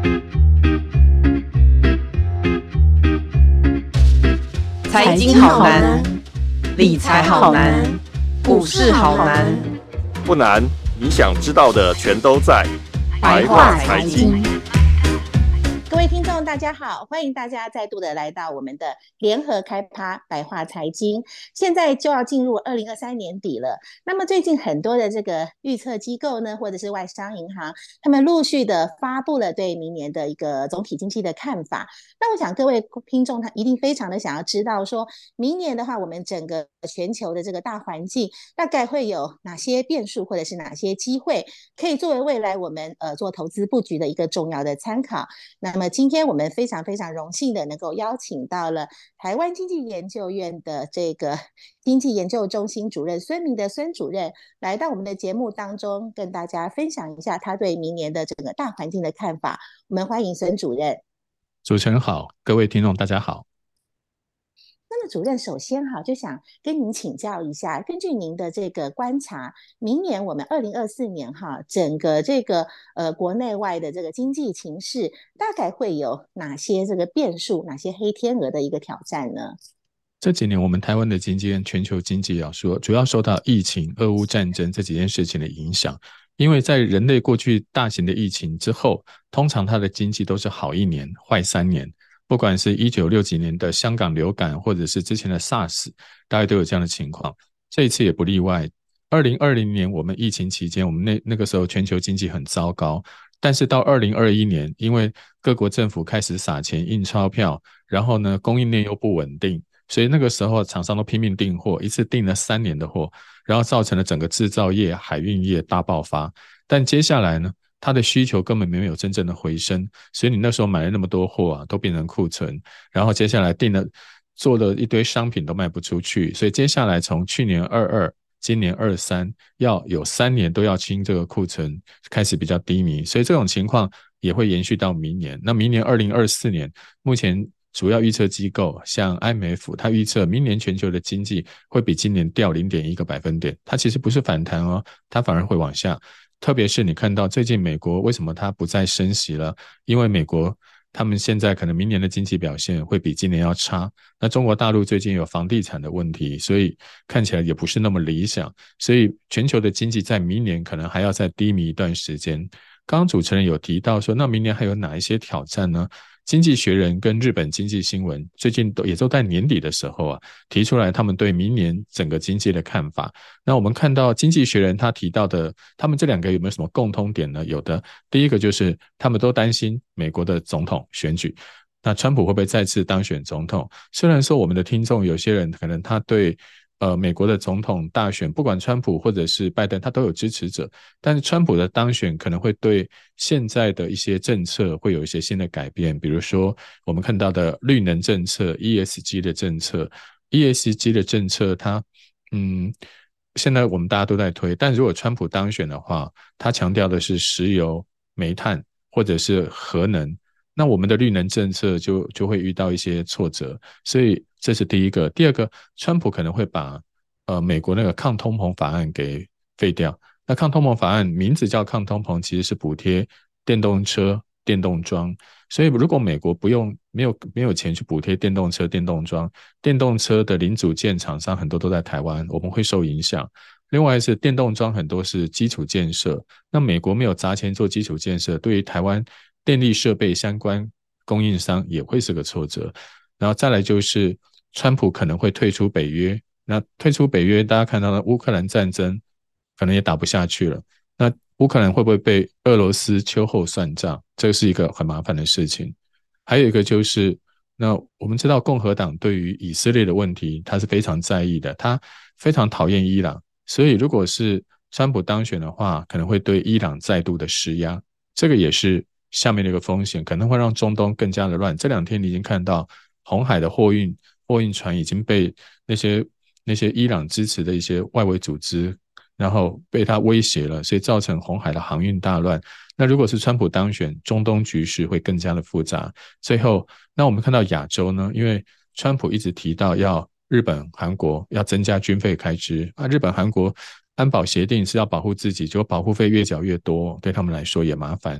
财经好难，理财好难，股市好难。 不难，你想知道的全都在白话财经。 各位听众大家好，欢迎大家再度的来到我们的联合开趴白话财经。现在就要进入2023年底了，那么最近很多的这个预测机构呢，或者是外商银行，他们陆续的发布了对明年的一个总体经济的看法。那我想各位听众他一定非常的想要知道说，明年的话我们整个全球的这个大环境大概会有哪些变数，或者是哪些机会可以作为未来我们做投资布局的一个重要的参考。那么今天我们非常非常荣幸的能够邀请到了台湾经济研究院的这个经济研究中心主任孙明的孙主任来到我们的节目当中，跟大家分享一下他对明年的整个大环境的看法。我们欢迎孙主任。 主持人好，各位听众大家好。 那么主任，首先就想跟您请教一下，根据您的这个观察，明年我们2024年整个这个国内外的这个经济情势大概会有哪些这个变数，哪些黑天鹅的一个挑战呢？ 这几年我们台湾的经济跟全球经济主要受到疫情、俄乌战争这几件事情的影响。因为在人类过去大型的疫情之后，通常它的经济都是好1年坏3年，不管是1960几年的香港流感，或者是之前的 SARS， 大概都有这样的情况。这一次也不例外。2020年我们疫情期间，我们那个时候全球经济很糟糕，但是到2021年，因为各国政府开始撒钱印钞票，然后呢供应链又不稳定，所以那个时候厂商都拼命订货，一次订了3年的货，然后造成了整个制造业、海运业大爆发。但接下来呢，它的需求根本没有真正的回升，所以你那时候买了那么多货都变成库存，然后接下来做了一堆商品都卖不出去，所以接下来从去年22今年23要有3年都要清这个库存，开始比较低迷，所以这种情况也会延续到明年。那明年2024年，目前主要预测机构像 IMF， 它预测明年全球的经济会比今年掉 0.1 个百分点，它其实不是反弹它反而会往下。特别是你看到最近美国为什么它不再升息了，因为美国他们现在可能明年的经济表现会比今年要差，那中国大陆最近有房地产的问题，所以看起来也不是那么理想，所以全球的经济在明年可能还要再低迷一段时间。刚刚主持人有提到说，那明年还有哪一些挑战呢？经济学人跟日本经济新闻最近也都在年底的时候提出来他们对明年整个经济的看法。那我们看到经济学人他提到的，他们这2个有没有什么共通点呢？有的，第一个就是他们都担心美国的总统选举，那川普会不会再次当选总统？虽然说我们的听众有些人可能他对美国的总统大选，不管川普或者是拜登，他都有支持者，但是川普的当选可能会对现在的一些政策会有一些新的改变，比如说我们看到的绿能政策、ESG 的政策。ESG 的政策它现在我们大家都在推，但如果川普当选的话，他强调的是石油、煤炭或者是核能，那我们的绿能政策就会遇到一些挫折，所以这是第一个。第二个，川普可能会把美国那个抗通膨法案给废掉。那抗通膨法案名字叫抗通膨，其实是补贴电动车、电动桩。所以如果美国没有钱去补贴电动车、电动桩，电动车的零组件厂商很多都在台湾，我们会受影响。另外是电动桩很多是基础建设，那美国没有砸钱做基础建设，对于台湾电力设备相关供应商也会是个挫折。然后再来就是川普可能会退出北约，那退出北约大家看到的乌克兰战争可能也打不下去了，那乌克兰会不会被俄罗斯秋后算账，这是一个很麻烦的事情。还有一个就是那我们知道共和党对于以色列的问题他是非常在意的，他非常讨厌伊朗，所以如果是川普当选的话，可能会对伊朗再度的施压，这个也是下面的一个风险，可能会让中东更加的乱。这2天你已经看到红海的货运船已经被那些伊朗支持的一些外围组织然后被他威胁了，所以造成红海的航运大乱。那如果是川普当选，中东局势会更加的复杂。最后，那我们看到亚洲呢，因为川普一直提到要日本、韩国要增加军费开支日本、韩国安保协定是要保护自己，结果保护费越缴越多，对他们来说也麻烦。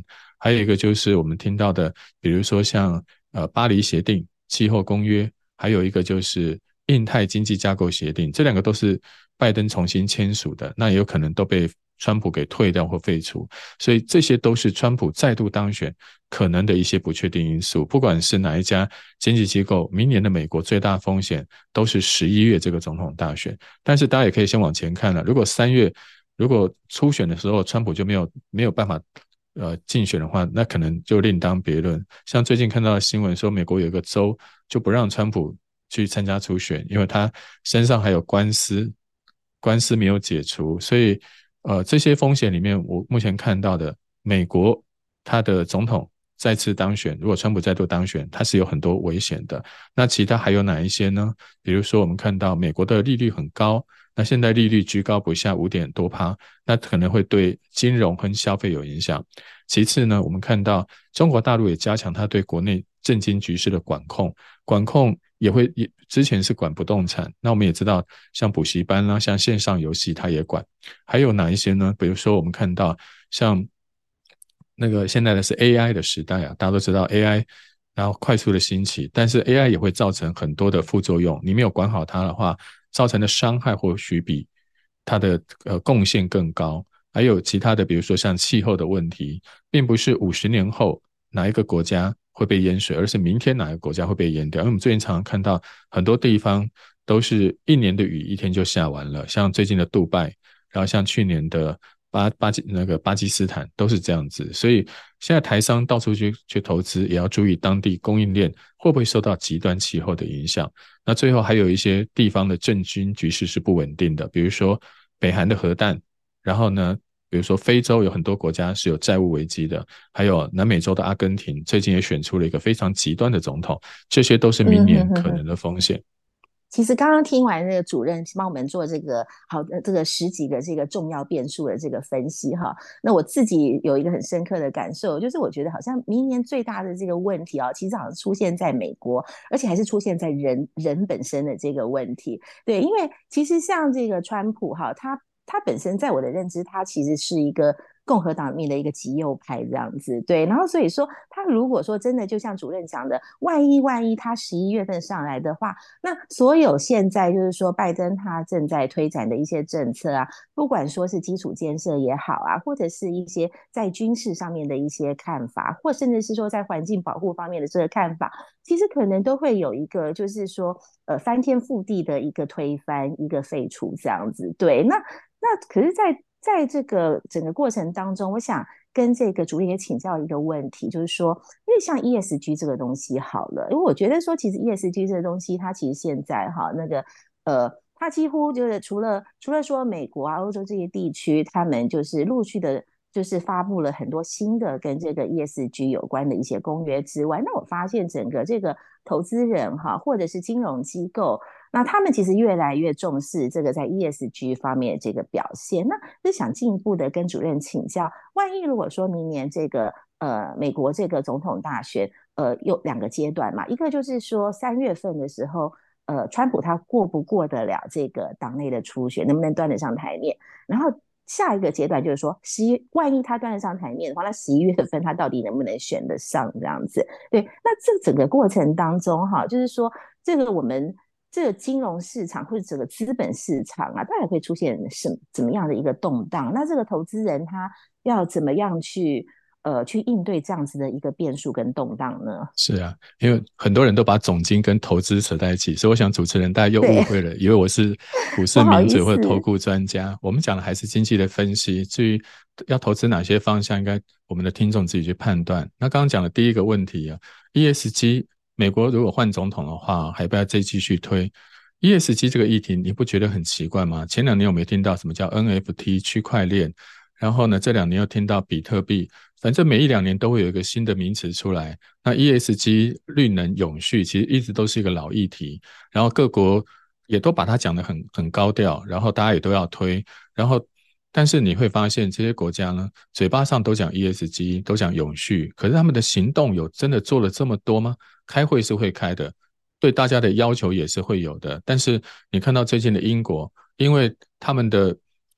还有一个就是我们听到的，比如说像巴黎协定、气候公约，还有一个就是印太经济架构协定，这两个都是拜登重新签署的，那也有可能都被川普给退掉或废除，所以这些都是川普再度当选可能的一些不确定因素。不管是哪一家经济机构，明年的美国最大风险都是11月这个总统大选。但是大家也可以先往前看了，如果3月如果初选的时候川普就没有办法竞选的话，那可能就另当别论。像最近看到的新闻说，美国有一个州就不让川普去参加初选，因为他身上还有官司没有解除，所以这些风险里面，我目前看到的，美国他的总统再次当选，如果川普再度当选，它是有很多危险的。那其他还有哪一些呢？比如说我们看到美国的利率很高，那现在利率居高不下5%多，那可能会对金融和消费有影响。其次呢，我们看到中国大陆也加强它对国内政经局势的管控也之前是管不动产，那我们也知道像补习班啦，像线上游戏它也管。还有哪一些呢？比如说我们看到像那个现在的是 AI 的时代啊，大家都知道 AI 然后快速的兴起，但是 AI 也会造成很多的副作用，你没有管好它的话，造成的伤害或许比它的贡献更高。还有其他的比如说像气候的问题，并不是50年后哪一个国家会被淹水，而是明天哪个国家会被淹掉。因为我们最近常常看到很多地方都是1年的雨1天就下完了，像最近的杜拜，然后像去年的巴基斯坦都是这样子。所以现在台商到处去投资，也要注意当地供应链会不会受到极端气候的影响。那最后还有一些地方的政经局势是不稳定的，比如说北韩的核弹，然后呢比如说非洲有很多国家是有债务危机的，还有南美洲的阿根廷最近也选出了一个非常极端的总统，这些都是明年可能的风险。 其实刚刚听完那个主任帮我们做这个这个10几个这个重要变数的这个分析哈，那我自己有一个很深刻的感受，就是我觉得好像明年最大的这个问题其实好像出现在美国，而且还是出现在人本身的这个问题。对，因为其实像这个川普他本身在我的认知，他其实是一个共和党里面的一个极右派这样子，对。然后所以说，他如果说真的就像主任讲的，万一他11月份上来的话，那所有现在就是说拜登他正在推展的一些政策啊，不管说是基础建设也好啊，或者是一些在军事上面的一些看法，或甚至是说在环境保护方面的这个看法，其实可能都会有一个就是说翻天覆地的一个推翻，一个废除这样子，对。那可是在这个整个过程当中，我想跟这个主任也请教一个问题，就是说，因为像 ESG 这个东西好了，因为我觉得说，其实 ESG 这个东西，它其实现在它几乎就是除了说美国啊、欧洲这些地区，他们就是陆续的，就是发布了很多新的跟这个 ESG 有关的一些公约之外，那我发现整个这个投资人或者是金融机构，那他们其实越来越重视这个在 ESG 方面的这个表现。那就想进一步的跟主任请教，万一如果说明年这个美国这个总统大选有2个阶段嘛，一个就是说3月份的时候川普他过不过得了这个党内的初选，能不能端得上台面，然后下一个阶段就是说万一他端得上台面的话，那11月份他到底能不能选得上这样子。对，那这整个过程当中就是说这个我们这个金融市场或者整个资本市场啊，大概会出现怎么样的一个动荡，那这个投资人他要怎么样去应对这样子的一个变数跟动荡呢？ 是啊，因为很多人都把总经跟投资扯在一起，所以我想主持人大家又误会了，以为我是股市名嘴或者投顾专家。我们讲的还是经济的分析，至于要投资哪些方向，应该我们的听众自己去判断。那刚刚讲的第一个问题啊 ，ESG 美国如果换总统的话，还不要再继续推 ESG 这个议题，你不觉得很奇怪吗？前2年有没有听到什么叫 NFT 区块链？然后呢，这2年又听到比特币，反正每1-2年都会有一个新的名词出来。那 ESG 绿能永续其实一直都是一个老议题，然后各国也都把它讲得很高调，然后大家也都要推，然后但是你会发现这些国家呢，嘴巴上都讲 ESG 都讲永续，可是他们的行动有真的做了这么多吗？开会是会开的，对大家的要求也是会有的，但是你看到最近的英国，因为他们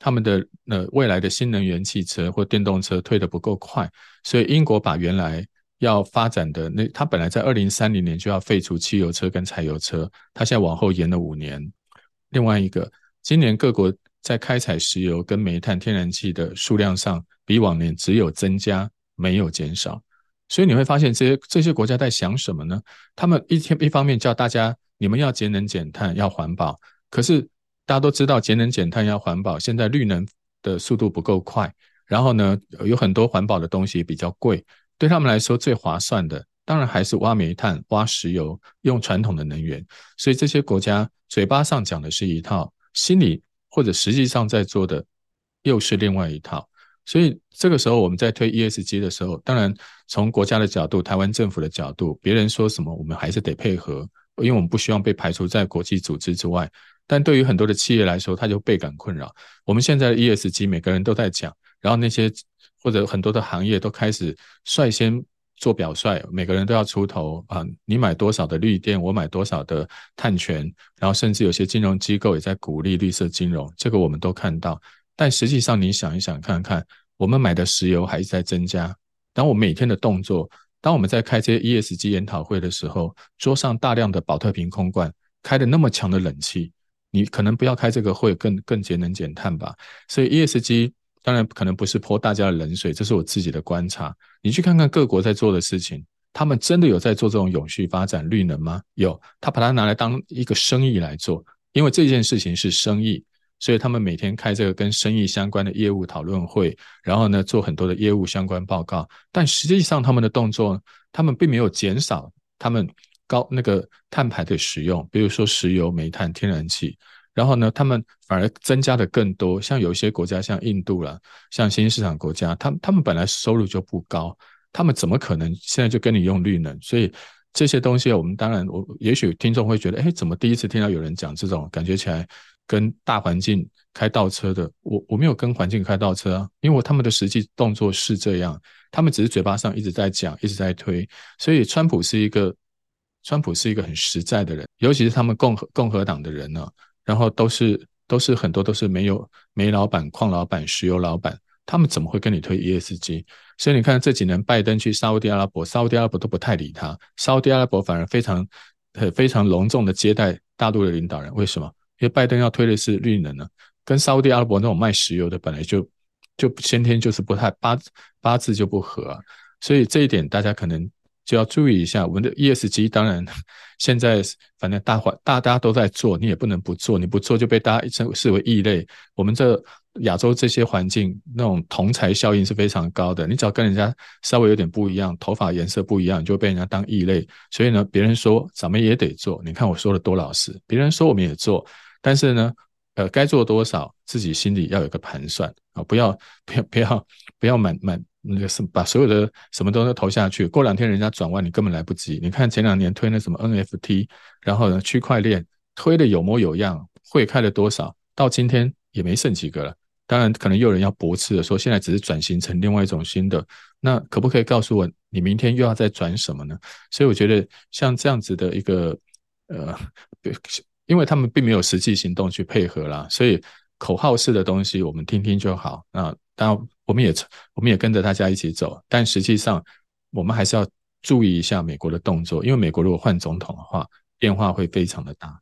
他们的未来的新能源汽车或电动车推得不够快，所以英国把原来要发展的它本来在2030年就要废除汽油车跟柴油车，它现在往后延了5年。另外一个，今年各国在开采石油跟煤炭、天然气的数量上，比往年只有增加，没有减少。所以你会发现这些国家在想什么呢？他们一方面叫大家你们要节能减碳，要环保，可是大家都知道节能减碳要环保，现在绿能的速度不够快，然后呢有很多环保的东西比较贵，对他们来说最划算的当然还是挖煤炭、挖石油，用传统的能源。所以这些国家嘴巴上讲的是一套，心里或者实际上在做的又是另外一套。所以这个时候我们在推 ESG 的时候，当然从国家的角度，台湾政府的角度，别人说什么我们还是得配合，因为我们不希望被排除在国际组织之外。但对于很多的企业来说，它就倍感困扰。我们现在的 ESG 每个人都在讲，然后那些或者很多的行业都开始率先做表率，每个人都要出头啊！你买多少的绿电，我买多少的碳权，然后甚至有些金融机构也在鼓励绿色金融，这个我们都看到。但实际上你想一想看看，我们买的石油还是在增加。当我每天的动作，当我们在开这些 ESG 研讨会的时候，桌上大量的保特瓶空罐，开的那么强的冷气，你可能不要开这个会更节能减碳吧。所以 ESG 当然可能不是泼大家的冷水，这是我自己的观察。你去看看各国在做的事情，他们真的有在做这种永续发展绿能吗？有，他把它拿来当一个生意来做，因为这件事情是生意，所以他们每天开这个跟生意相关的业务讨论会，然后呢做很多的业务相关报告。但实际上他们的动作，他们并没有减少他们那个碳排的使用，比如说石油、煤炭、天然气。然后呢，他们反而增加的更多，像有一些国家，像印度啦，像新兴市场国家，他们本来收入就不高，他们怎么可能现在就跟你用绿能？所以这些东西，我们当然，也许听众会觉得，哎，怎么第一次听到有人讲这种感觉起来跟大环境开倒车的？我没有跟环境开倒车啊，因为他们的实际动作是这样，他们只是嘴巴上一直在讲，一直在推。所以川普是一个很实在的人，尤其是他们共和党的人呢。然后很多都是煤老板、矿老板、石油老板，他们怎么会跟你推 ESG？ 所以你看这几年拜登去沙烏地阿拉伯，沙烏地阿拉伯都不太理他，沙烏地阿拉伯反而非常隆重的接待大陆的领导人。为什么？因为拜登要推的是绿能呢，跟沙烏地阿拉伯那种卖石油的本来就先天就是不太八字就不合啊，所以这一点大家可能就要注意一下。我们的 ESG 当然现在反正大家都在做，你也不能不做，你不做就被大家视为异类。我们这亚洲这些环境那种同侪效应是非常高的，你只要跟人家稍微有点不一样，头发颜色不一样，你就被人家当异类。所以呢，别人说咱们也得做，你看我说的多老实，别人说我们也做，但是呢该做多少自己心里要有个盘算啊，不要那个把所有的什么都投下去，过2天人家转弯你根本来不及。你看前2年推那什么 NFT， 然后呢区块链推的有模有样，会开了多少，到今天也没剩几个了。当然可能又有人要驳斥的说现在只是转型成另外一种新的，那可不可以告诉我你明天又要再转什么呢？所以我觉得像这样子的一个因为他们并没有实际行动去配合啦，所以口号式的东西我们听听就好。那当然我们也跟着大家一起走，但实际上我们还是要注意一下美国的动作，因为美国如果换总统的话，变化会非常的大。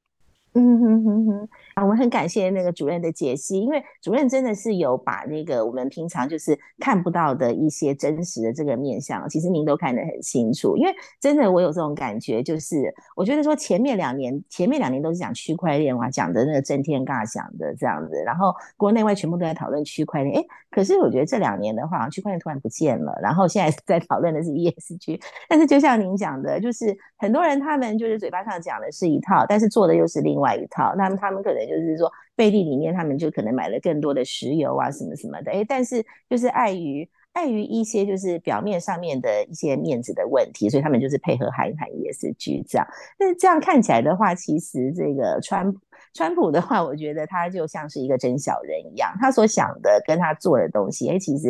我很感谢那个主任的解析，因为主任真的是有把那个我们平常就是看不到的一些真实的这个面向，其实您都看得很清楚。因为真的我有这种感觉，就是我觉得说前面两年都是讲区块链啊，讲的那个震天尬响的这样子，然后国内外全部都在讨论区块链。可是我觉得这2年的话，区块链突然不见了，然后现在在讨论的是 ESG。但是就像您讲的，就是很多人他们就是嘴巴上讲的是一套，但是做的又是另外一套。那么他们可能就是说背地里面他们就可能买了更多的石油啊什么什么的，但是就是碍于一些就是表面上面的一些面子的问题，所以他们就是配合喊一喊 ESG 这样。但是这样看起来的话，其实这个川普的话，我觉得他就像是一个真小人一样，他所想的跟他做的东西，其实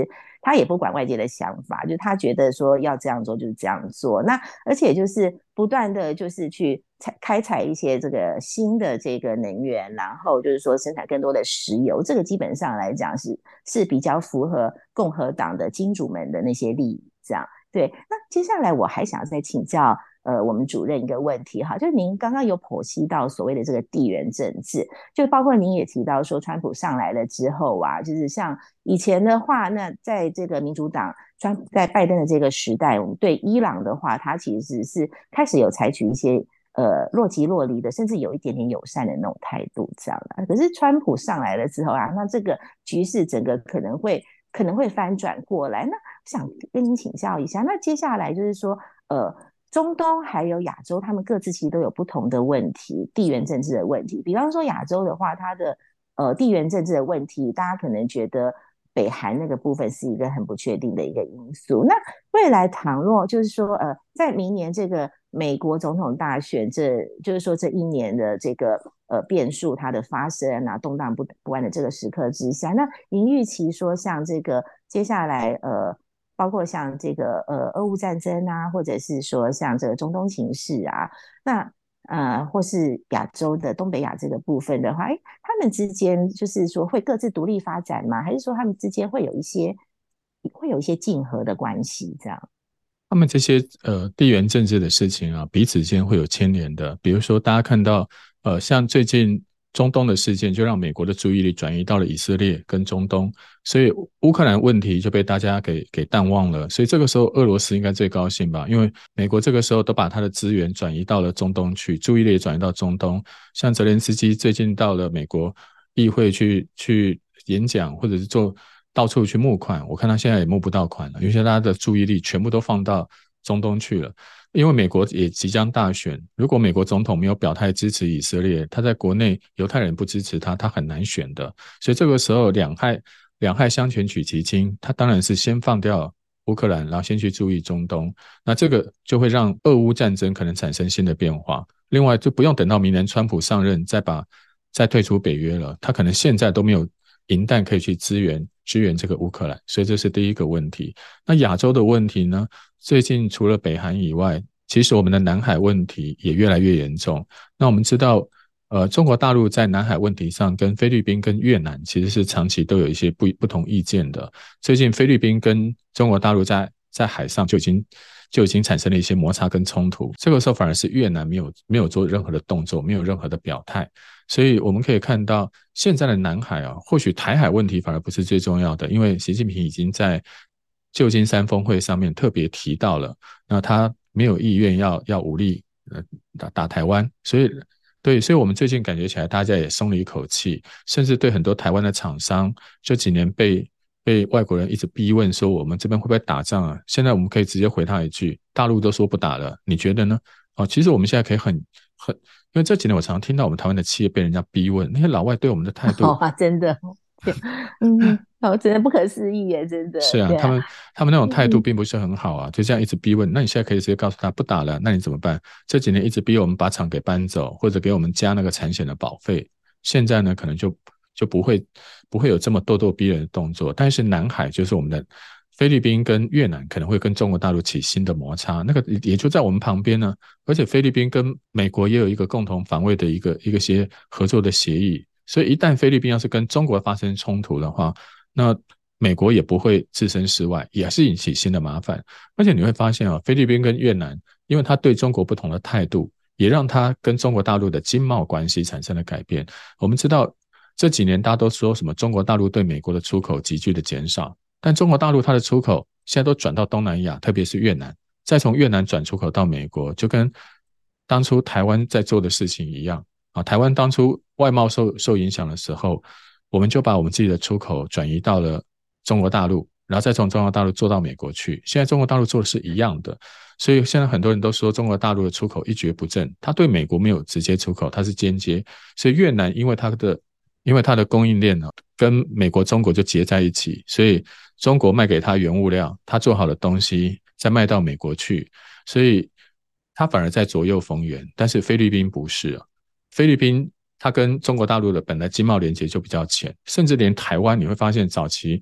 他也不管外界的想法，就他觉得说要这样做就是这样做。那而且就是不断的就是去开采一些这个新的这个能源，然后就是说生产更多的石油，这个基本上来讲是比较符合共和党的金主们的那些利益这样。对，那接下来我还想再请教我们主任一个问题哈，就是您刚刚有剖析到所谓的这个地缘政治，就包括您也提到说川普上来了之后啊，就是像以前的话，那在这个民主党在拜登的这个时代，我们对伊朗的话，他其实是开始有采取一些若即若离的，甚至有一点点友善的那种态度这样的。可是川普上来了之后啊，那这个局势整个可能会翻转过来。那想跟您请教一下，那接下来就是说中东还有亚洲，他们各自其实都有不同的问题，地缘政治的问题。比方说亚洲的话，它的地缘政治的问题，大家可能觉得北韩那个部分是一个很不确定的一个因素。那未来倘若就是说在明年这个美国总统大选，就是说这一年的这个变数它的发生啊，动荡不安的这个时刻之下，那您预期说像这个接下来包括像这个俄乌战争啊，或者是说像这个中东情势啊，那或是亚洲的东北亚这个部分的话，他们之间就是说会各自独立发展吗？还是说他们之间会有一些竞合的关系这样？ 他们这些地缘政治的事情啊，彼此间会有牵连的。比如说，大家看到像最近中东的事件，就让美国的注意力转移到了以色列跟中东，所以乌克兰问题就被大家给淡忘了。所以这个时候，俄罗斯应该最高兴吧，因为美国这个时候都把他的资源转移到了中东去，注意力转移到中东。像泽连斯基最近到了美国议会去演讲，或者是到处去募款，我看他现在也募不到款了，因为现在大家的注意力全部都放到中东去了。因为美国也即将大选，如果美国总统没有表态支持以色列，他在国内犹太人不支持他很难选的。所以这个时候两害相权取其轻，他当然是先放掉乌克兰，然后先去注意中东。那这个就会让俄乌战争可能产生新的变化。另外就不用等到明年川普上任再退出北约了，他可能现在都没有银弹可以去支援这个乌克兰，所以这是第一个问题。那亚洲的问题呢？最近除了北韩以外，其实我们的南海问题也越来越严重。那我们知道，中国大陆在南海问题上跟菲律宾跟越南其实是长期都有一些不同意见的。最近菲律宾跟中国大陆在海上就已经产生了一些摩擦跟冲突，这个时候反而是越南没有做任何的动作，没有任何的表态。所以我们可以看到现在的南海啊，或许台海问题反而不是最重要的，因为习近平已经在旧金山峰会上面特别提到了，那他没有意愿要武力打台湾，所以我们最近感觉起来大家也松了一口气，甚至对很多台湾的厂商这几年被外国人一直逼问说我们这边会不会打仗啊，现在我们可以直接回他一句，大陆都说不打了，你觉得呢？其实我们现在可以很因为这几年我常常听到我们台湾的企业被人家逼问，那些老外对我们的态度真的真的不可思议耶，真的是啊，他们那种态度并不是很好啊，就这样一直逼问。那你现在可以直接告诉他不打了，那你怎么办？这几年一直逼我们把厂给搬走，或者给我们加那个产险的保费，现在呢可能就不会有这么咄咄逼人的动作。但是南海就是我们的菲律宾跟越南可能会跟中国大陆起新的摩擦，那个也就在我们旁边呢。而且菲律宾跟美国也有一个共同防卫的一个些合作的协议，所以一旦菲律宾要是跟中国发生冲突的话，那美国也不会置身事外，也是引起新的麻烦。而且你会发现菲律宾跟越南因为他对中国不同的态度，也让他跟中国大陆的经贸关系产生了改变。我们知道这几年大家都说什么中国大陆对美国的出口急剧的减少，但中国大陆它的出口现在都转到东南亚，特别是越南，再从越南转出口到美国，就跟当初台湾在做的事情一样台湾当初外贸受影响的时候，我们就把我们自己的出口转移到了中国大陆，然后再从中国大陆做到美国去。现在中国大陆做的是一样的，所以现在很多人都说中国大陆的出口一蹶不振，它对美国没有直接出口，它是间接。所以越南因为它的供应链跟美国中国就结在一起，所以中国卖给它原物料，它做好的东西再卖到美国去，所以它反而在左右逢源。但是菲律宾不是菲律宾它跟中国大陆的本来经贸连结就比较浅，甚至连台湾你会发现早期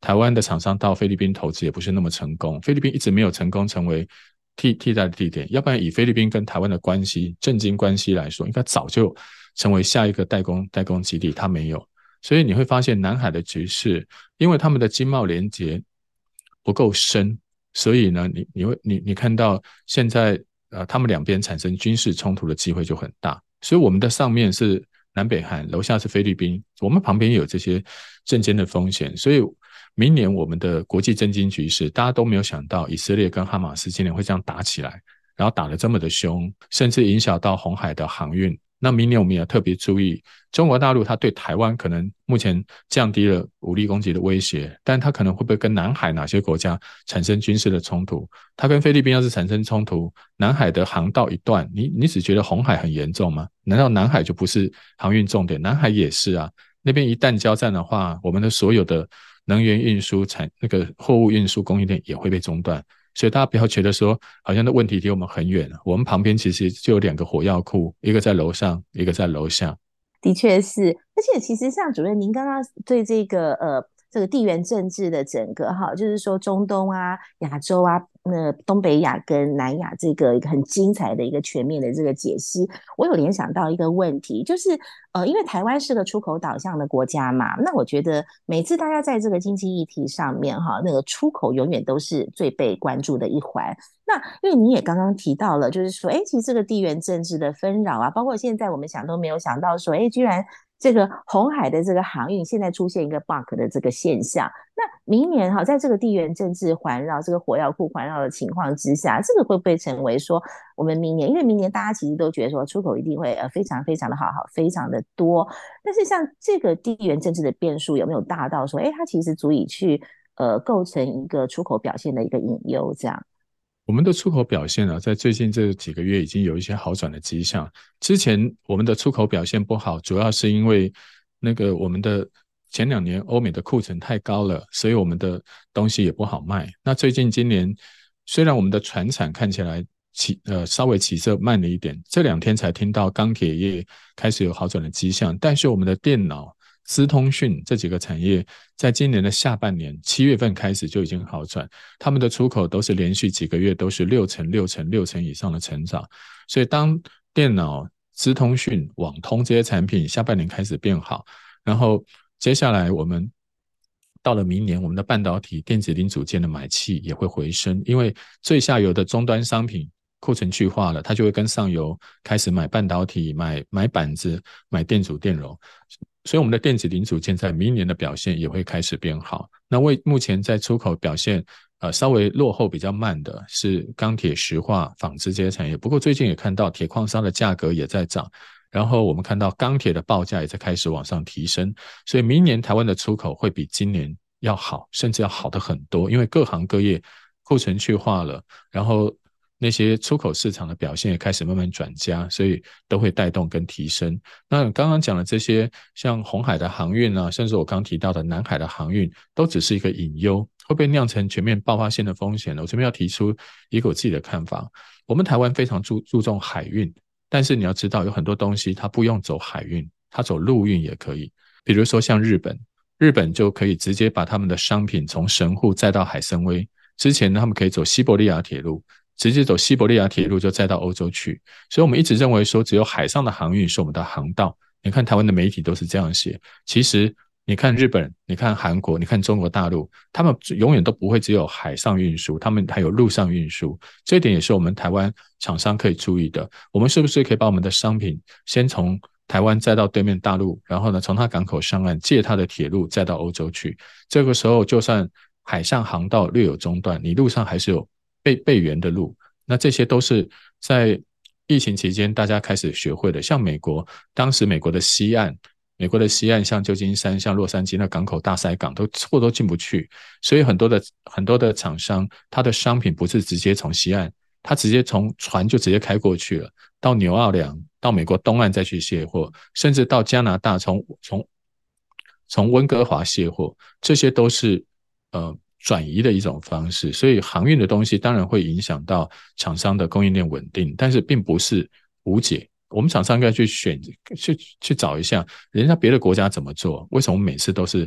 台湾的厂商到菲律宾投资也不是那么成功，菲律宾一直没有成功成为替代的地点，要不然以菲律宾跟台湾的关系政经关系来说，应该早就成为下一个代工基地，它没有。所以你会发现南海的局势，因为他们的经贸连结不够深，所以呢，你看到现在他们两边产生军事冲突的机会就很大。所以我们的上面是南北韩，楼下是菲律宾，我们旁边有这些政经的风险，所以明年我们的国际政经局势，大家都没有想到以色列跟哈马斯今年会这样打起来，然后打得这么的凶，甚至影响到红海的航运。那明年我们也要特别注意，中国大陆它对台湾可能目前降低了武力攻击的威胁，但它可能会不会跟南海哪些国家产生军事的冲突？它跟菲律宾要是产生冲突，南海的航道一断，你只觉得红海很严重吗？难道南海就不是航运重点？南海也是啊，那边一旦交战的话，我们的所有的能源运输、那个货物运输供应链也会被中断。所以大家不要觉得说好像那问题离我们很远，我们旁边其实就有2个火药库，一个在楼上，一个在楼下。 的确是，而且其实像主任您刚刚对这个地缘政治的整个就是说中东啊、亚洲啊、东北亚跟南亚这个一个很精彩的一个全面的这个解析，我有联想到一个问题，就是因为台湾是个出口导向的国家嘛，那我觉得每次大家在这个经济议题上面那个出口永远都是最被关注的一环。那因为你也刚刚提到了，就是说其实这个地缘政治的纷扰啊，包括现在我们想都没有想到说居然这个红海的这个航运现在出现一个 bug 的这个现象，那明年在这个地缘政治环绕、这个火药库环绕的情况之下，这个会不会成为说我们明年，因为明年大家其实都觉得说出口一定会非常非常的好，非常的多，但是像这个地缘政治的变数有没有大到说它其实足以去构成一个出口表现的一个隐忧这样？ 我们的出口表现在最近这几个月已经有一些好转的迹象。之前我们的出口表现不好，主要是因为我们的前2年欧美的库存太高了，所以我们的东西也不好卖。那最近今年虽然我们的传产看起来稍微起色慢了一点，这2天才听到钢铁业开始有好转的迹象，但是我们的电脑、资通讯这几个产业在今年的下半年7月份开始就已经好转，他们的出口都是连续几个月都是6成以上的成长。所以当电脑、资通讯、网通这些产品下半年开始变好，然后接下来我们到了明年，我们的半导体、电子零组件的买气也会回升，因为最下游的终端商品库存去化了，它就会跟上游开始买半导体、买板子、买电阻电容，所以我们的电子零组件在明年的表现也会开始变好。那目前在出口表现稍微落后比较慢的是钢铁、石化、纺织这些产业，不过最近也看到铁矿砂的价格也在涨，然后我们看到钢铁的报价也在开始往上提升，所以明年台湾的出口会比今年要好，甚至要好的很多，因为各行各业库存去化了，然后那些出口市场的表现也开始慢慢转佳，所以都会带动跟提升。那刚刚讲的这些像红海的航运啊，甚至我刚提到的南海的航运，都只是一个隐忧，会不会酿成全面爆发性的风险呢？我这边要提出一个我自己的看法。我们台湾非常注重海运，但是你要知道有很多东西它不用走海运，它走陆运也可以。比如说像日本就可以直接把他们的商品从神户载到海参崴，之前他们可以走西伯利亚铁路，直接走西伯利亚铁路就载到欧洲去，所以我们一直认为说只有海上的航运是我们的航道。你看台湾的媒体都是这样写，其实你看日本、你看韩国、你看中国大陆，他们永远都不会只有海上运输，他们还有陆上运输，这一点也是我们台湾厂商可以注意的。我们是不是可以把我们的商品先从台湾载到对面大陆，然后呢从它港口上岸借它的铁路载到欧洲去，这个时候就算海上航道略有中断，你陆上还是有备援的路。那这些都是在疫情期间大家开始学会的。像当时美国的西岸像旧金山、像洛杉矶那港口大塞港货都进不去，所以很多的厂商他的商品不是直接从西岸，他直接从船就直接开过去了，到纽奥良、到美国东岸再去卸货，甚至到加拿大从温哥华卸货，这些都是转移的一种方式。所以航运的东西当然会影响到厂商的供应链稳定，但是并不是无解。我们厂商应该去找一下人家别的国家怎么做，为什么每次都是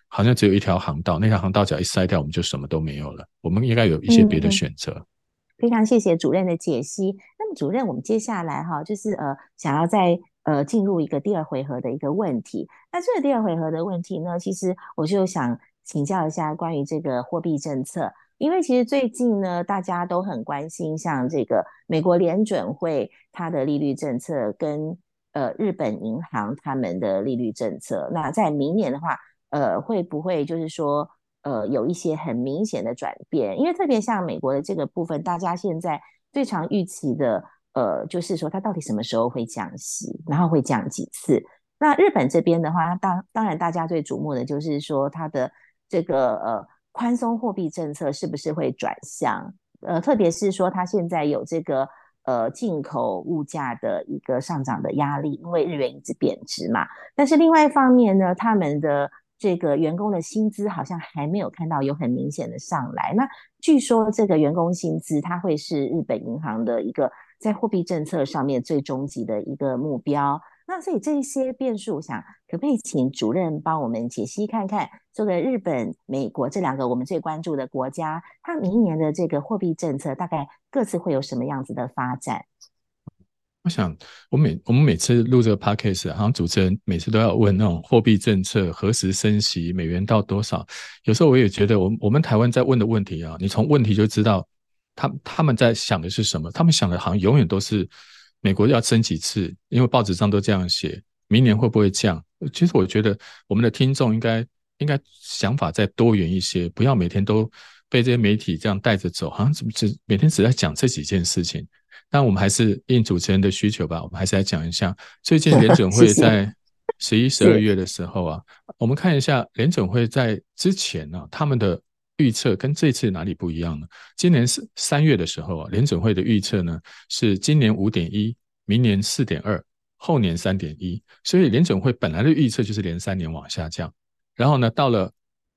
好像只有一条航道，那条航道只要一塞掉，我们就什么都没有了。我们应该有一些别的选择。 非常谢谢主任的解析。那么主任，我们接下来就是想要再进入一个第二回合的一个问题。那这个第二回合的问题呢，其实我就想请教一下关于这个货币政策，因为其实最近呢，大家都很关心像这个美国联准会它的利率政策跟日本银行他们的利率政策。那在明年的话，会不会就是说有一些很明显的转变？因为特别像美国的这个部分，大家现在最常预期的就是说它到底什么时候会降息，然后会降几次。那日本这边的话，当然大家最瞩目的就是说它的这个宽松货币政策是不是会转向？特别是说它现在有这个进口物价的一个上涨的压力，因为日元一直贬值嘛。但是另外一方面呢，他们的这个员工的薪资好像还没有看到有很明显的上来。那据说这个员工薪资它会是日本银行的一个在货币政策上面最终极的一个目标。那所以这些变数，我想可不可以请主任帮我们解析看看，这个日本、美国这两个我们最关注的国家，它明年的这个货币政策大概各自会有什么样子的发展？ 我想，我们每次录这个 podcast， 好像主持人每次都要问那种货币政策何时升息，美元到多少。有时候我也觉得我们台湾在问的问题啊，你从问题就知道他们在想的是什么。他们想的好像永远都是美国要升几次，因为报纸上都这样写，明年会不会降？其实我觉得我们的听众应该想法再多元一些，不要每天都被这些媒体这样带着走，好像每天只在讲这几件事情。但我们还是应主持人的需求吧，我们还是来讲一下最近联准会在11、12月的时候啊，我们看一下联准会在之前啊，他们的预测跟这次哪里不一样呢？今年3月的时候啊，联准会的预测呢是今年 5.1， 明年 4.2， 后年 3.1， 所以联准会本来的预测就是连3年往下降。然后呢，到了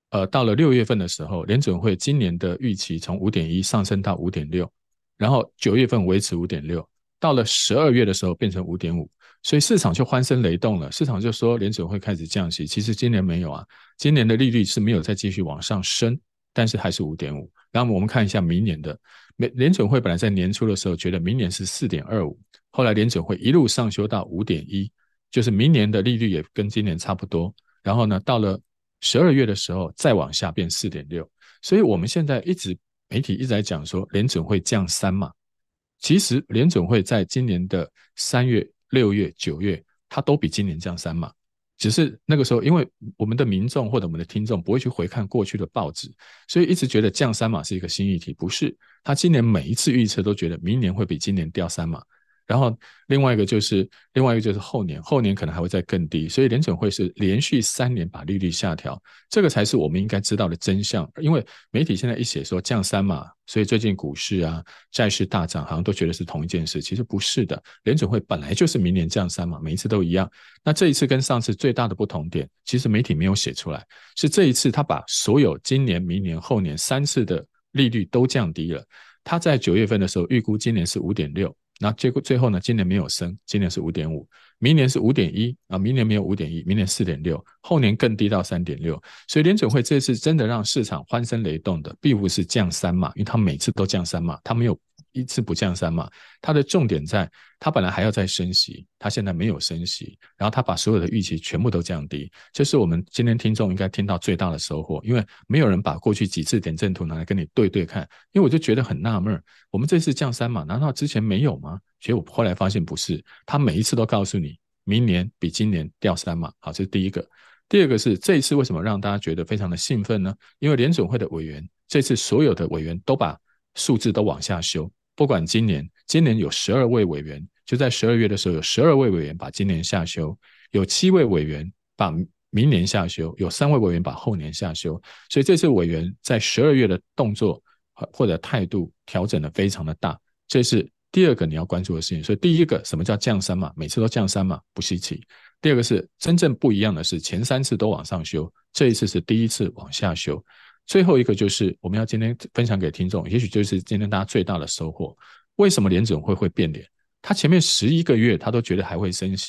6月份的时候，联准会今年的预期从 5.1 上升到 5.6，然后9月份维持 5.6， 到了12月的时候变成 5.5， 所以市场就欢声雷动了，市场就说联准会开始降息。其实今年没有啊，今年的利率是没有再继续往上升，但是还是 5.5。 然后我们看一下明年的，联准会本来在年初的时候觉得明年是 4.25， 后来联准会一路上修到 5.1， 就是明年的利率也跟今年差不多。然后呢，到了12月的时候再往下变 4.6， 所以我们现在媒体一直在讲说联准会降3码，其实联准会在今年的3月、6月、9月，它都比今年降3码，只是那个时候因为我们的民众或者我们的听众不会去回看过去的报纸，所以一直觉得降3码是一个新议题，不是，他今年每一次预测都觉得明年会比今年掉3码。然后另外一个就是后年可能还会再更低，所以联准会是连续3年把利率下调，这个才是我们应该知道的真相。因为媒体现在一写说降3码，所以最近股市啊、债市大涨，好像都觉得是同一件事，其实不是的。联准会本来就是明年降3码，每一次都一样。那这一次跟上次最大的不同点，其实媒体没有写出来，是这一次他把所有今年、明年、后年3次的利率都降低了。他在9月份的时候预估今年是 5.6，那结果最后呢，今年没有升，今年是 5.5， 明年是 5.1 啊，明年没有 5.1， 明年 4.6， 后年更低到 3.6。 所以联准会这次真的让市场欢声雷动的，并不是降3码，因为他每次都降3码，他没有一次不降3码。他的重点在，他本来还要再升息，他现在没有升息，然后他把所有的预期全部都降低，这是我们今天听众应该听到最大的收获。因为没有人把过去几次点阵图拿来跟你对看，因为我就觉得很纳闷，我们这次降3码，难道之前没有吗？其实我后来发现不是，他每一次都告诉你明年比今年掉3码。好，这是第一个。第二个是这一次为什么让大家觉得非常的兴奋呢？因为联准会的委员，这次所有的委员都把数字都往下修，不管今年有12位委员，就在12月的时候有12位委员把今年下修，有7位委员把明年下修，有3位委员把后年下修。所以这次委员在12月的动作或者态度调整的非常的大，这是第二个你要关注的事情。所以第一个，什么叫降3码？每次都降3码不稀奇。第二个是真正不一样的是，前3次都往上修，这一次是第一次往下修。最后一个就是我们要今天分享给听众，也许就是今天大家最大的收获。为什么联准会变脸？他前面11个月他都觉得还会升息，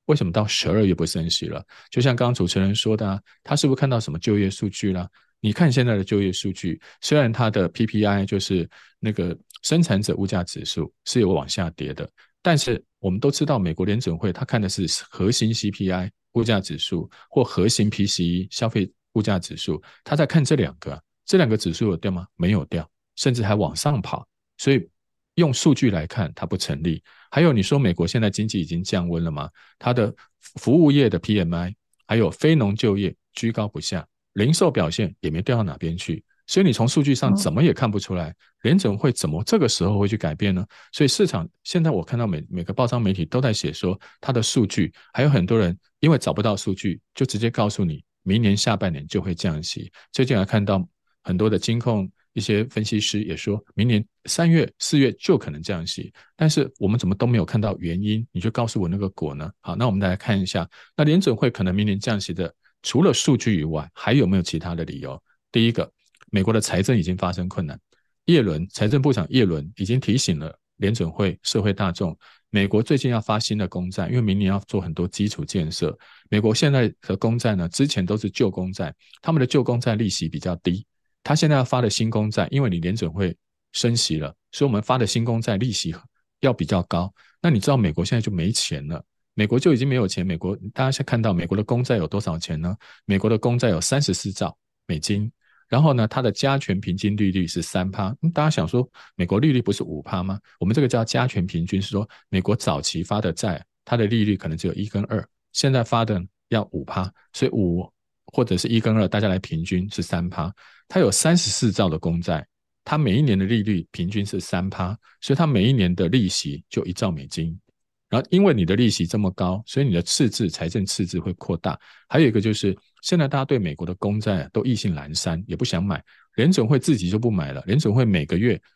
为什么到12月不升息了？就像刚刚主持人说的他是不是看到什么就业数据啦？你看现在的就业数据，虽然它的 PPI 就是那个生产者物价指数是有往下跌的，但是我们都知道美国联准会它看的是核心 CPI 物价指数或核心 PCE 消费物价指数，它在看这两个指数有掉吗？没有掉，甚至还往上跑，所以用数据来看它不成立。还有你说美国现在经济已经降温了吗？它的服务业的 PMI 还有非农就业居高不下，零售表现也没掉到哪边去，所以你从数据上怎么也看不出来联准会怎么这个时候会去改变呢？所以市场现在我看到每个报章媒体都在写说它的数据，还有很多人因为找不到数据就直接告诉你明年下半年就会降息。最近还看到很多的金控一些分析师也说明年3月4月就可能降息，但是我们怎么都没有看到原因，你就告诉我那个果呢？好，那我们来看一下，那联准会可能明年降息的除了数据以外还有没有其他的理由？第一个，美国的财政已经发生困难，财政部长耶伦已经提醒了联准会社会大众，美国最近要发新的公债，因为明年要做很多基础建设。美国现在的公债呢，之前都是旧公债，他们的旧公债利息比较低，他现在要发的新公债，因为你联准会升息了，所以我们发的新公债利息要比较高。那你知道美国现在就没钱了，美国就已经没有钱。美国大家现在看到美国的公债有多少钱呢？美国的公债有34兆美金，然后呢，它的加权平均利率是3%。大家想说美国利率不是5%吗？我们这个叫加权平均，是说美国早期发的债，它的利率可能只有1跟2，现在发的要5%，所以5或者是1跟2，大家来平均是3%。它有34兆的公债，它每一年的利率平均是3%，所以它每一年的利息就1兆美金。然后因为你的利息这么高，所以你的财政赤字会扩大。还有一个就是现在大家对美国的公债都意兴阑珊，也不想买，联准会自己就不买了，联准会每个月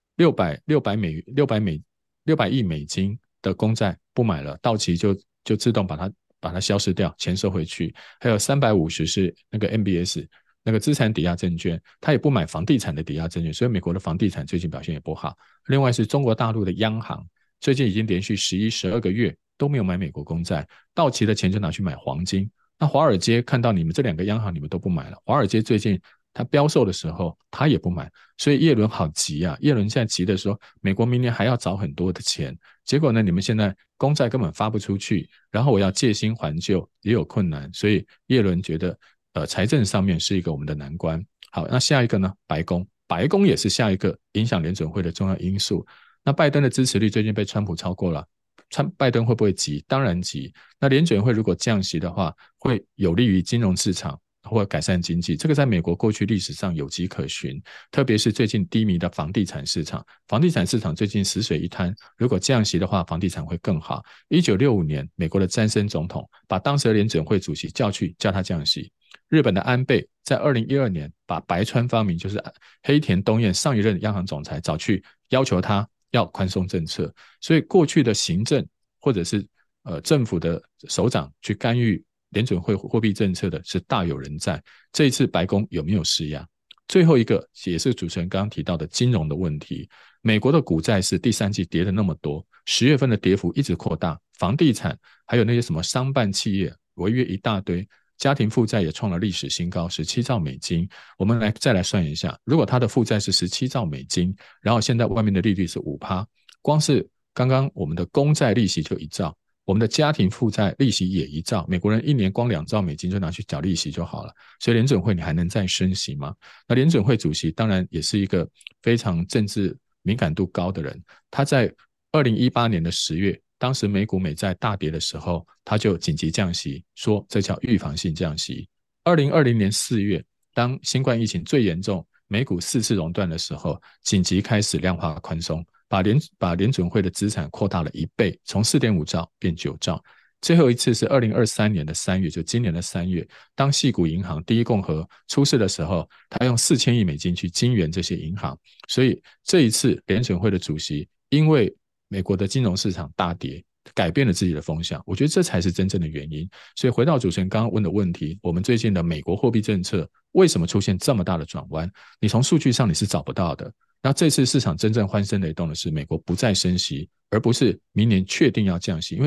600亿美金的公债不买了，到期就自动把它消失掉，钱收回去。还有350是那个 MBS 那个资产抵押证券，他也不买房地产的抵押证券，所以美国的房地产最近表现也不好。另外是中国大陆的央行最近已经连续11、12个月都没有买美国公债，到期的钱就拿去买黄金。那华尔街看到你们这2个央行你们都不买了，华尔街最近他标售的时候他也不买，所以耶伦好急啊！耶伦现在急的说美国明年还要找很多的钱，结果呢你们现在公债根本发不出去，然后我要借新还旧也有困难，所以耶伦觉得财政上面是一个我们的难关。好，那下一个呢？白宫也是下一个影响联准会的重要因素。那拜登的支持率最近被川普超过了，拜登会不会急？当然急。那联准会如果降息的话，会有利于金融市场或改善经济，这个在美国过去历史上有迹可循。特别是最近低迷的房地产市场最近死水一滩，如果降息的话，房地产会更好。1965年美国的詹森总统把当时的联准会主席叫他降息。日本的安倍在2012年把白川方明，就是黑田东彦上一任央行总裁找去要求他要宽松政策，所以过去的行政或者是政府的首长去干预联准会货币政策的是大有人在。这一次白宫有没有施压？最后一个也是主持人刚刚提到的金融的问题，美国的股债是第3季跌了那么多，10月份的跌幅一直扩大，房地产还有那些什么商办企业违约一大堆，家庭负债也创了历史新高，17兆美金。我们再来算一下，如果他的负债是17兆美金，然后现在外面的利率是5%，光是刚刚我们的公债利息就1兆，我们的家庭负债利息也1兆，美国人一年光2兆美金就拿去缴利息就好了。所以联准会你还能再升息吗？那联准会主席当然也是一个非常政治敏感度高的人，他在2018年的10月，当时美股美债大跌的时候，他就紧急降息，说这叫预防性降息。2020年4月，当新冠疫情最严重，美股4次熔断的时候，紧急开始量化宽松，把联准会的资产扩大了1倍，从 4.5 兆变9兆。最后一次是2023年的3月，就今年的3月，当矽谷银行第一共和出事的时候，他用4000亿美金去金援这些银行。所以这一次联准会的主席因为美国的金融市场大跌，改变了自己的风向，我觉得这才是真正的原因。所以回到主持人刚刚问的问题，我们最近的美国货币政策为什么出现这么大的转弯？你从数据上你是找不到的。那这次市场真正欢声雷动的是美国不再升息，而不是明年确定要降息。因为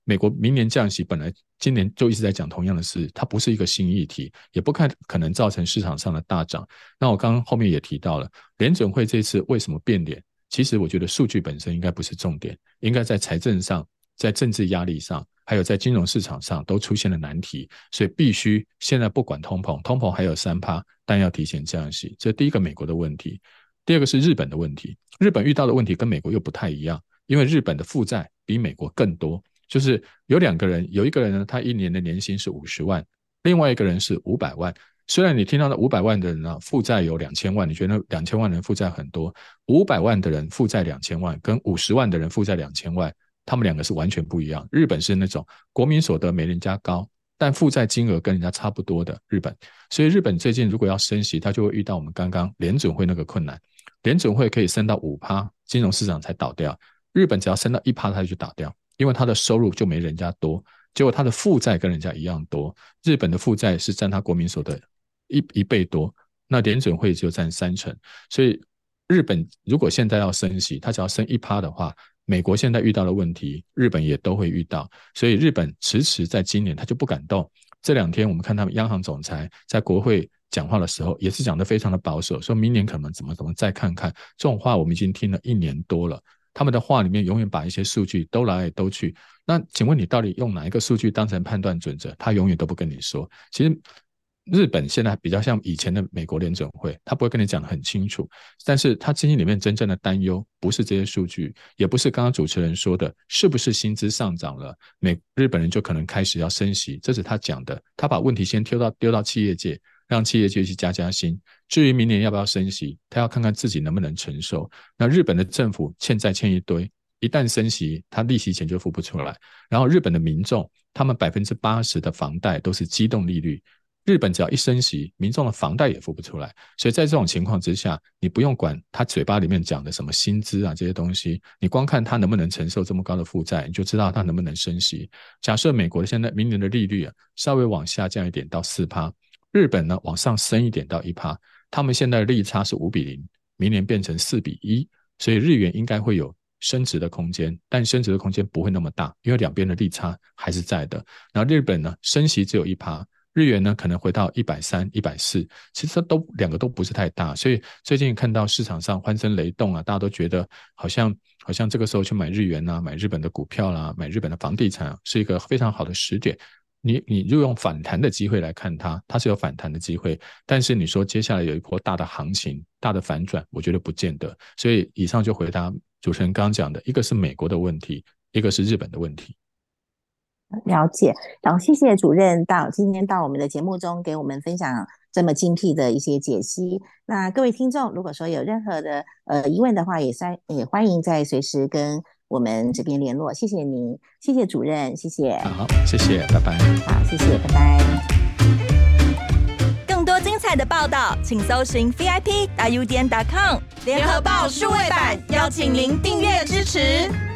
美国明年降息，本来今年就一直在讲同样的事，它不是一个新议题，也不可能造成市场上的大涨。那我刚刚后面也提到了，联准会这次为什么变脸？其实我觉得数据本身应该不是重点，应该在财政上、在政治压力上，还有在金融市场上都出现了难题，所以必须现在不管通膨还有 3%， 但要提前降息。这是第一个美国的问题。第二个是日本的问题，日本遇到的问题跟美国又不太一样，因为日本的负债比美国更多，就是有2个人，有一个人呢，他1年的年薪是50万，另外一个人是500万。虽然你听到那500万的人呢，负债有2000万，你觉得2000万人负债很多，500万的人负债2000万，跟50万的人负债2000万，他们2个是完全不一样。日本是那种国民所得没人家高，但负债金额跟人家差不多的日本，所以日本最近如果要升息，它就会遇到我们刚刚联准会那个困难。联准会可以升到 5%， 金融市场才倒掉，日本只要升到 1%， 它就倒掉，因为它的收入就没人家多，结果它的负债跟人家一样多，日本的负债是占它国民所得一倍多，那联准会就占30%，所以日本如果现在要升息，它只要升 1% 的话，美国现在遇到的问题日本也都会遇到，所以日本迟迟在今年它就不敢动。这2天我们看他们央行总裁在国会讲话的时候也是讲得非常的保守，说明年可能怎么再看看，这种话我们已经听了1年多了，他们的话里面永远把一些数据都来都去，那请问你到底用哪一个数据当成判断准则，他永远都不跟你说。其实日本现在比较像以前的美国联准会，他不会跟你讲得很清楚，但是他心里面真正的担忧不是这些数据，也不是刚刚主持人说的是不是薪资上涨了日本人就可能开始要升息，这是他讲的，他把问题先丢到企业界，让企业界去加薪，至于明年要不要升息，他要看看自己能不能承受。那日本的政府欠债欠一堆，一旦升息他利息钱就付不出来，然后日本的民众他们 80% 的房贷都是机动利率，日本只要一升息，民众的房贷也付不出来，所以在这种情况之下，你不用管他嘴巴里面讲的什么薪资啊这些东西，你光看他能不能承受这么高的负债，你就知道他能不能升息。假设美国的现在明年的利率稍微往下降一点到 4%， 日本呢往上升一点到 1%， 他们现在的利差是5:0，明年变成4:1，所以日元应该会有升值的空间，但升值的空间不会那么大，因为2边的利差还是在的。然后日本呢升息只有 1%，日元呢可能回到130、140，其实2个都不是太大，所以最近看到市场上欢声雷动啊，大家都觉得好像这个时候去买日元啊，买日本的股票啦，买日本的房地产是一个非常好的时点。你就用反弹的机会来看它是有反弹的机会，但是你说接下来有一波大的行情、大的反转，我觉得不见得。所以以上就回答主持人刚刚讲的，一个是美国的问题，一个是日本的问题。 了解，然后谢谢主任今天到我们的节目中给我们分享这么精辟的一些解析。那各位听众如果说有任何的疑问的话，也欢迎再随时跟我们这边联络。谢谢您，谢谢主任，谢谢。 好，谢谢，拜拜。 好，谢谢，拜拜。 更多精彩的报道，请搜寻 VIP.udn.com 联合报数位版，邀请您订阅支持。